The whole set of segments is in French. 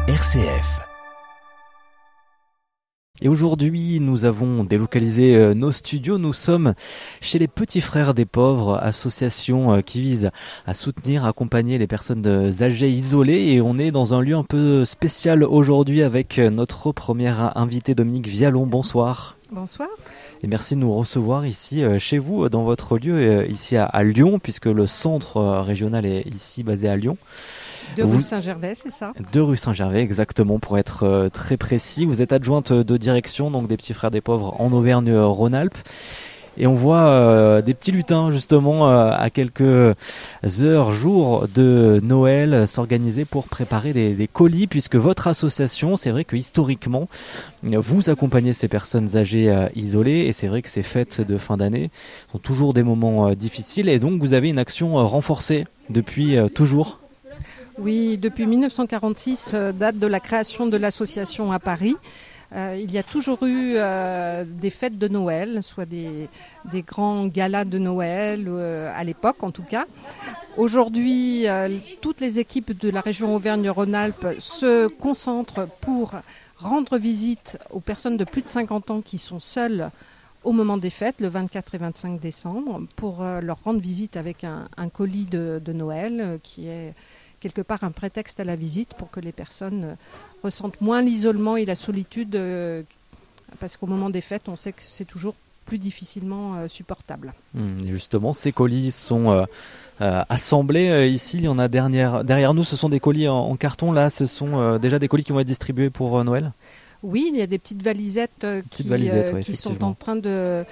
RCF. Et aujourd'hui, nous avons délocalisé nos studios. Nous sommes chez les Petits Frères des Pauvres, association qui vise à soutenir, accompagner les personnes âgées isolées. Et on est dans un lieu un peu spécial aujourd'hui avec notre première invitée, Dominique Vialon. Bonsoir. Bonsoir. Et merci de nous recevoir ici chez vous, dans votre lieu, ici à Lyon, puisque le centre régional est ici basé à Lyon. De rue Saint-Gervais, c'est ça ? De rue Saint-Gervais, exactement, pour être très précis. Vous êtes adjointe de direction donc des Petits Frères des Pauvres en Auvergne-Rhône-Alpes. Et on voit des petits lutins, justement, à quelques heures, jours de Noël, s'organiser pour préparer des colis, puisque votre association, c'est vrai que historiquement, vous accompagnez ces personnes âgées isolées, et c'est vrai que ces fêtes de fin d'année sont toujours des moments difficiles, et donc vous avez une action renforcée depuis toujours. Oui, depuis 1946, date de la création de l'association à Paris. Il y a toujours eu des fêtes de Noël, soit des grands galas de Noël, à l'époque en tout cas. Aujourd'hui, toutes les équipes de la région Auvergne-Rhône-Alpes se concentrent pour rendre visite aux personnes de plus de 50 ans qui sont seules au moment des fêtes, le 24 et 25 décembre, pour leur rendre visite avec un colis de Noël qui est quelque part un prétexte à la visite pour que les personnes ressentent moins l'isolement et la solitude, parce qu'au moment des fêtes, on sait que c'est toujours plus difficilement supportable. Justement, ces colis sont assemblés ici. Il y en a derrière nous, ce sont des colis en carton. Là, ce sont déjà des colis qui vont être distribués pour Noël. Oui, il y a des petites valisettes qui sont en train de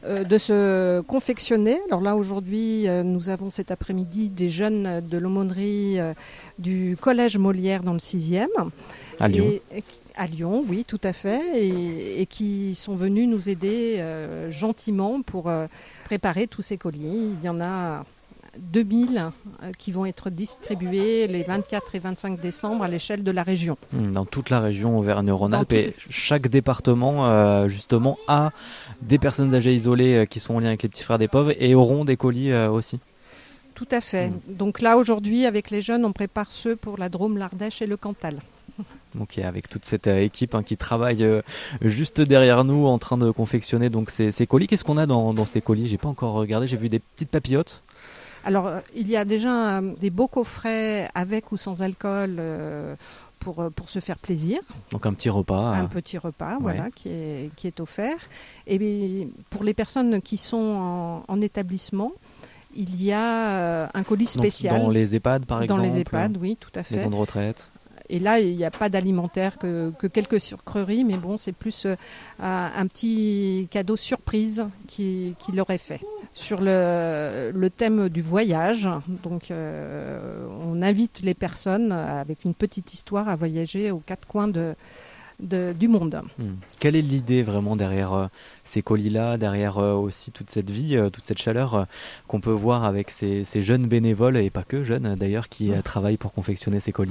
se confectionner. Alors là, aujourd'hui, nous avons cet après-midi des jeunes de l'aumônerie du Collège Molière dans le 6e. À Lyon. À Lyon, oui, tout à fait. Et qui sont venus nous aider gentiment pour préparer tous ces colis. Il y en a 2000 qui vont être distribués les 24 et 25 décembre à l'échelle de la région. Dans toute la région Auvergne-Rhône-Alpes, et chaque département justement a des personnes âgées isolées qui sont en lien avec les Petits Frères des Pauvres et auront des colis aussi. Tout à fait. Donc là aujourd'hui avec les jeunes on prépare ceux pour la Drôme, l'Ardèche et le Cantal. Donc avec toute cette équipe qui travaille juste derrière nous en train de confectionner donc ces colis. Qu'est-ce qu'on a dans ces colis ? J'ai pas encore regardé, j'ai vu des petites papillotes. Alors, il y a déjà des beaux coffrets avec ou sans alcool pour se faire plaisir. Donc un petit repas. Un petit repas, ouais. Voilà, qui est offert. Et pour les personnes qui sont en établissement, il y a un colis spécial. Donc dans les EHPAD, par exemple. Dans les EHPAD, oui, tout à fait. Maison de retraite. Et là, il n'y a pas d'alimentaire que quelques sucreries, mais bon, c'est plus un petit cadeau surprise qui leur est fait. Sur le thème du voyage, donc on invite les personnes avec une petite histoire à voyager aux quatre coins du monde. Quelle est l'idée vraiment derrière ces colis-là, derrière aussi toute cette vie, toute cette chaleur qu'on peut voir avec ces jeunes bénévoles, et pas que jeunes d'ailleurs, qui travaillent pour confectionner ces colis ?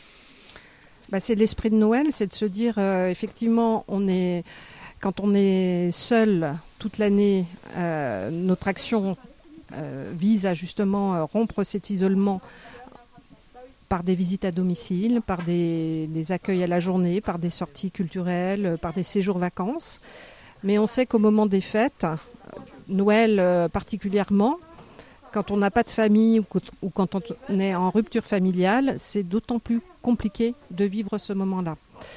C'est l'esprit de Noël, c'est de se dire effectivement quand on est seul toute l'année, notre action vise à justement rompre cet isolement par des visites à domicile, par des accueils à la journée, par des sorties culturelles, par des séjours vacances. Mais on sait qu'au moment des fêtes, Noël particulièrement, quand on n'a pas de famille ou quand on est en rupture familiale, c'est d'autant plus compliqué de vivre ce moment-là.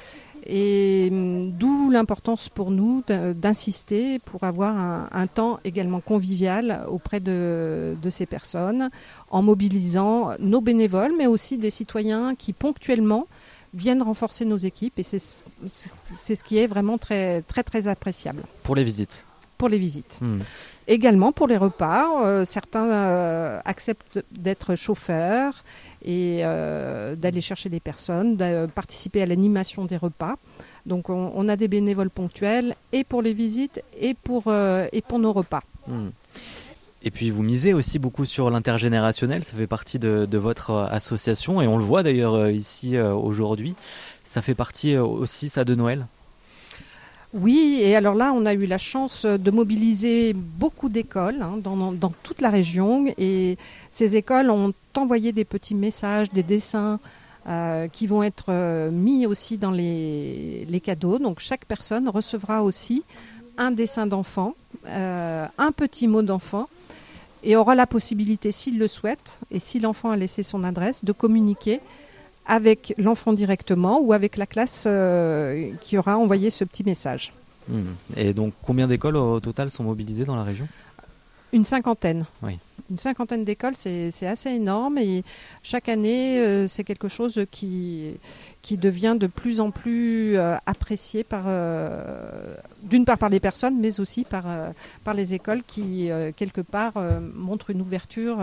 Et d'où l'importance pour nous d'insister pour avoir un temps également convivial auprès de ces personnes, en mobilisant nos bénévoles, mais aussi des citoyens qui ponctuellement viennent renforcer nos équipes. Et c'est ce qui est vraiment très, très, très appréciable. Pour les visites. Pour les visites. Également pour les repas, certains acceptent d'être chauffeurs et d'aller chercher les personnes, de participer à l'animation des repas. Donc on a des bénévoles ponctuels et pour les visites et pour nos repas. Et puis vous misez aussi beaucoup sur l'intergénérationnel, ça fait partie de votre association et on le voit d'ailleurs ici aujourd'hui. Ça fait partie aussi ça de Noël ? Oui, et alors là, on a eu la chance de mobiliser beaucoup d'écoles dans toute la région. Et ces écoles ont envoyé des petits messages, des dessins qui vont être mis aussi dans les cadeaux. Donc chaque personne recevra aussi un dessin d'enfant, un petit mot d'enfant, et aura la possibilité, s'il le souhaite, et si l'enfant a laissé son adresse, de communiquer avec l'enfant directement ou avec la classe qui aura envoyé ce petit message. Et donc combien d'écoles au total sont mobilisées dans la région ? Une cinquantaine. Oui. Une cinquantaine d'écoles, c'est assez énorme, et chaque année, c'est quelque chose qui devient de plus en plus apprécié d'une part par les personnes, mais aussi par les écoles qui, quelque part, montrent une ouverture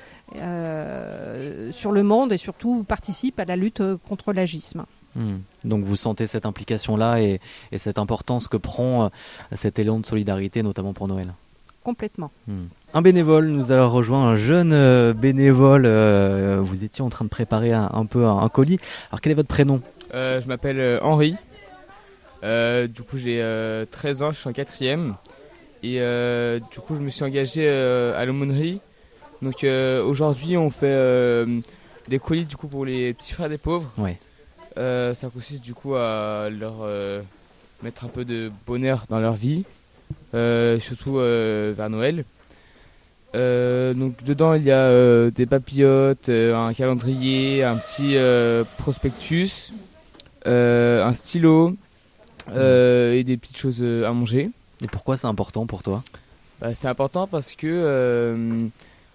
sur le monde et surtout participent à la lutte contre l'agisme. Donc vous sentez cette implication-là et cette importance que prend cet élan de solidarité, notamment pour Noël ? Complètement. Un bénévole nous a rejoint, un jeune bénévole. Vous étiez en train de préparer un colis. Alors quel est votre prénom ? Je m'appelle Henri. Du coup j'ai 13 ans, je suis en 4e. Et du coup je me suis engagé à l'aumônerie. Donc aujourd'hui on fait des colis du coup pour les petits frères des pauvres. Ouais. Ça consiste du coup à leur mettre un peu de bonheur dans leur vie. Surtout vers Noël. Donc dedans il y a des papillotes, un calendrier, un petit prospectus, un stylo et des petites choses à manger. Et pourquoi c'est important pour toi ? C'est important parce que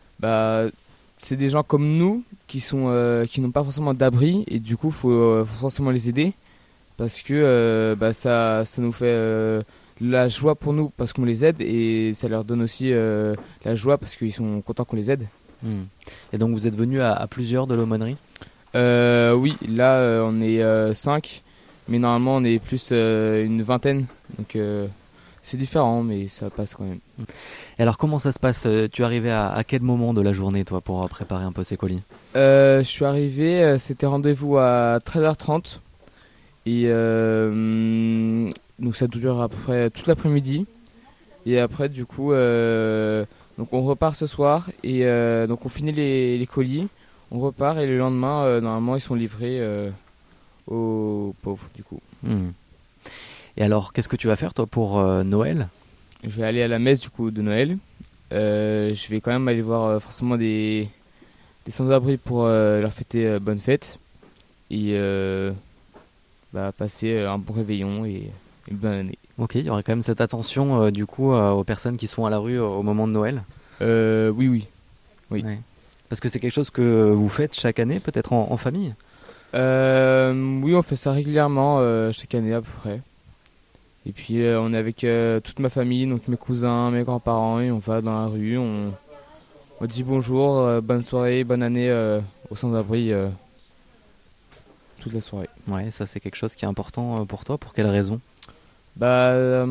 c'est des gens comme nous qui n'ont pas forcément d'abri, et du coup faut forcément les aider parce que ça nous fait la joie pour nous parce qu'on les aide, et ça leur donne aussi la joie parce qu'ils sont contents qu'on les aide. Et donc vous êtes venu à plusieurs de l'aumônerie ? Oui, là on est 5, mais normalement on est plus une vingtaine, donc c'est différent mais ça passe quand même. Et alors comment ça se passe ? Tu es arrivé à quel moment de la journée toi pour préparer un peu ces colis ? Je suis arrivé, c'était rendez-vous à 13h30 et donc ça dure à peu près toute l'après-midi, et après du coup donc on repart ce soir et donc on finit les colis, on repart, et le lendemain normalement ils sont livrés aux pauvres du coup. Et alors qu'est-ce que tu vas faire toi pour Noël ? Je vais aller à la messe du coup de Noël. Je vais quand même aller voir forcément des sans-abri pour leur fêter bonne fête, et passer un bon réveillon et une bonne année. Ok, il y aurait quand même cette attention du coup aux personnes qui sont à la rue au moment de Noël ? Oui. Ouais. Parce que c'est quelque chose que vous faites chaque année, peut-être en famille ? Oui, on fait ça régulièrement, chaque année à peu près. Et puis on est avec toute ma famille, donc mes cousins, mes grands-parents, et on va dans la rue, on dit bonjour, bonne soirée, bonne année aux sans-abri toute la soirée. Ouais, ça c'est quelque chose qui est important pour toi, pour quelle raison ? Ça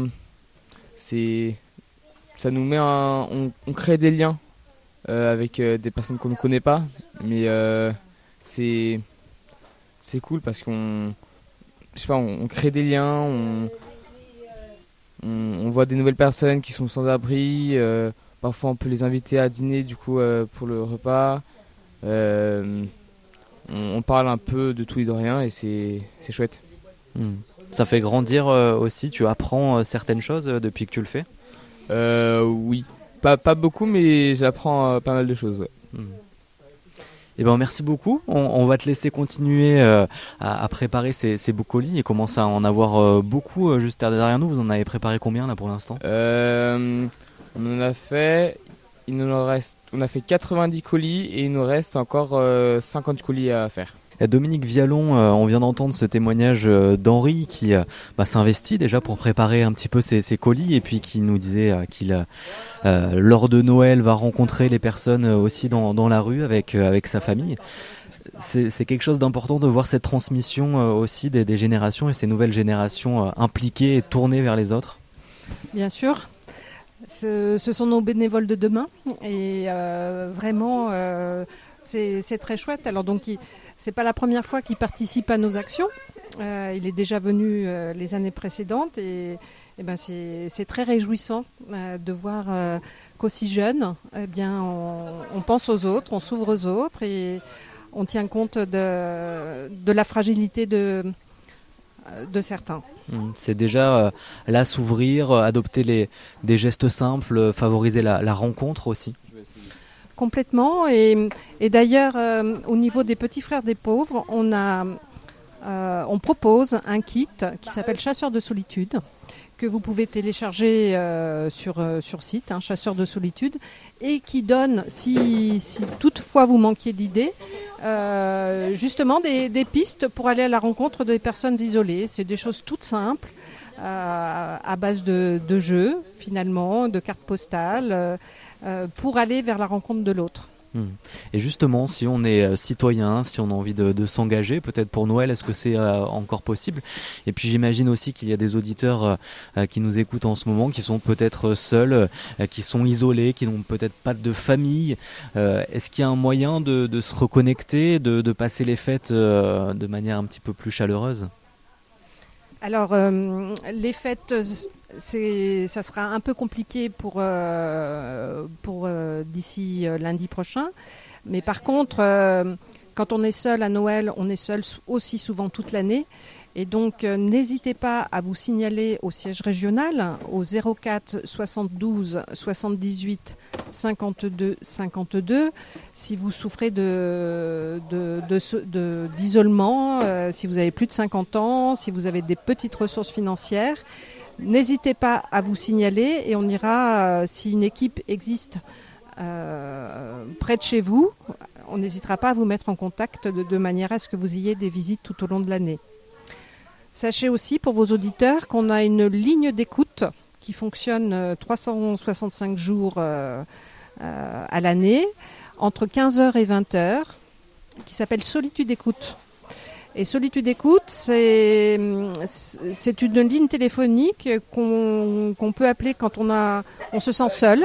nous met on crée des liens avec des personnes qu'on ne connaît pas, mais c'est cool parce qu'on crée des liens, on voit des nouvelles personnes qui sont sans abri, parfois on peut les inviter à dîner du coup pour le repas, on parle un peu de tout et de rien, et c'est chouette. Ça fait grandir aussi, tu apprends certaines choses depuis que tu le fais ? Oui, pas beaucoup, mais j'apprends pas mal de choses, ouais. Eh ben, merci beaucoup, on va te laisser continuer à préparer ces beaux colis et commencer à en avoir beaucoup juste derrière nous. Vous en avez préparé combien là pour l'instant ? On a fait 90 colis et il nous reste encore 50 colis à faire. Dominique Vialon, on vient d'entendre ce témoignage d'Henri qui s'investit déjà pour préparer un petit peu ces colis, et puis qui nous disait qu'il lors de Noël va rencontrer les personnes aussi dans la rue avec sa famille. C'est quelque chose d'important de voir cette transmission aussi des générations, et ces nouvelles générations impliquées et tournées vers les autres. Bien sûr. Ce sont nos bénévoles de demain, et vraiment c'est très chouette. Alors donc c'est pas la première fois qu'il participe à nos actions. Il est déjà venu les années précédentes, et c'est très réjouissant de voir qu'aussi jeune, on pense aux autres, on s'ouvre aux autres, et on tient compte de la fragilité de certains. C'est déjà là s'ouvrir, adopter des gestes simples, favoriser la rencontre aussi. Complètement. Et d'ailleurs, au niveau des petits frères des pauvres, on propose un kit qui s'appelle Chasseurs de solitude, que vous pouvez télécharger sur site, Chasseurs de solitude, et qui donne, si toutefois vous manquiez d'idées, justement des pistes pour aller à la rencontre des personnes isolées. C'est des choses toutes simples, à base de jeux, finalement, de cartes postales, pour aller vers la rencontre de l'autre. Et justement, si on est citoyen, si on a envie de s'engager, peut-être pour Noël, est-ce que c'est encore possible ? Et puis j'imagine aussi qu'il y a des auditeurs qui nous écoutent en ce moment, qui sont peut-être seuls, qui sont isolés, qui n'ont peut-être pas de famille. Est-ce qu'il y a un moyen de se reconnecter, de passer les fêtes de manière un petit peu plus chaleureuse ? Alors, les fêtes, ça sera un peu compliqué pour d'ici lundi prochain. Mais par contre, quand on est seul à Noël, on est seul aussi souvent toute l'année. Et donc, n'hésitez pas à vous signaler au siège régional au 04 72 78 52 52 si vous souffrez d'isolement, si vous avez plus de 50 ans, si vous avez des petites ressources financières. N'hésitez pas à vous signaler et on ira, si une équipe existe près de chez vous, on n'hésitera pas à vous mettre en contact de manière à ce que vous ayez des visites tout au long de l'année. Sachez aussi pour vos auditeurs qu'on a une ligne d'écoute qui fonctionne 365 jours à l'année, entre 15h et 20h, qui s'appelle Solitude Écoute. Et Solitude Écoute, c'est une ligne téléphonique qu'on peut appeler quand on se sent seul,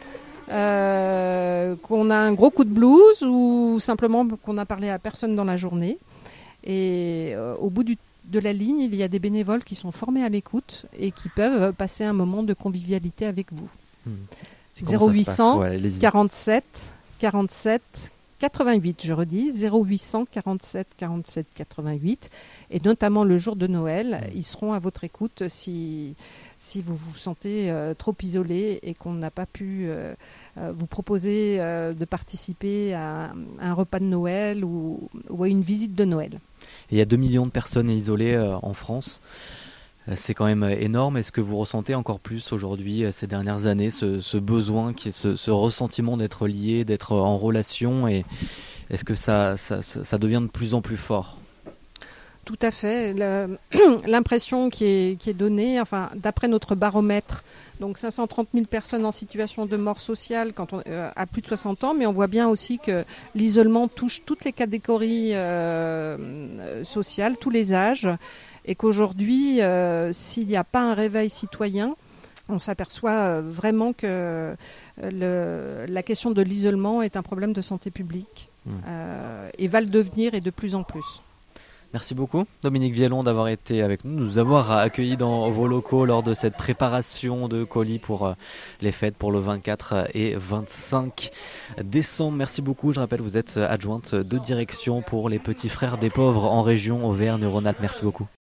qu'on a un gros coup de blues ou simplement qu'on a parlé à personne dans la journée. Et au bout de la ligne, il y a des bénévoles qui sont formés à l'écoute et qui peuvent passer un moment de convivialité avec vous. 0800 47 47 88, je redis, 0800 47 47 88. Et notamment le jour de Noël, ils seront à votre écoute si vous vous sentez trop isolé et qu'on n'a pas pu vous proposer de participer à un repas de Noël ou à une visite de Noël. Et il y a 2 millions de personnes isolées en France. C'est quand même énorme. Est-ce que vous ressentez encore plus aujourd'hui, ces dernières années, ce besoin, ce ressentiment d'être lié, d'être en relation, et est-ce que ça devient de plus en plus fort ? Tout à fait. L'impression qui est donnée, enfin, d'après notre baromètre, donc 530 000 personnes en situation de mort sociale quand on a plus de 60 ans, mais on voit bien aussi que l'isolement touche toutes les catégories sociales, tous les âges, et qu'aujourd'hui, s'il n'y a pas un réveil citoyen, on s'aperçoit vraiment que la question de l'isolement est un problème de santé publique et va le devenir et de plus en plus. Merci beaucoup Dominique Viellon d'avoir été avec nous, de nous avoir accueillis dans vos locaux lors de cette préparation de colis pour les fêtes pour le 24 et 25 décembre. Merci beaucoup, je rappelle vous êtes adjointe de direction pour les petits frères des pauvres en région Auvergne-Rhône-Alpes. Merci beaucoup.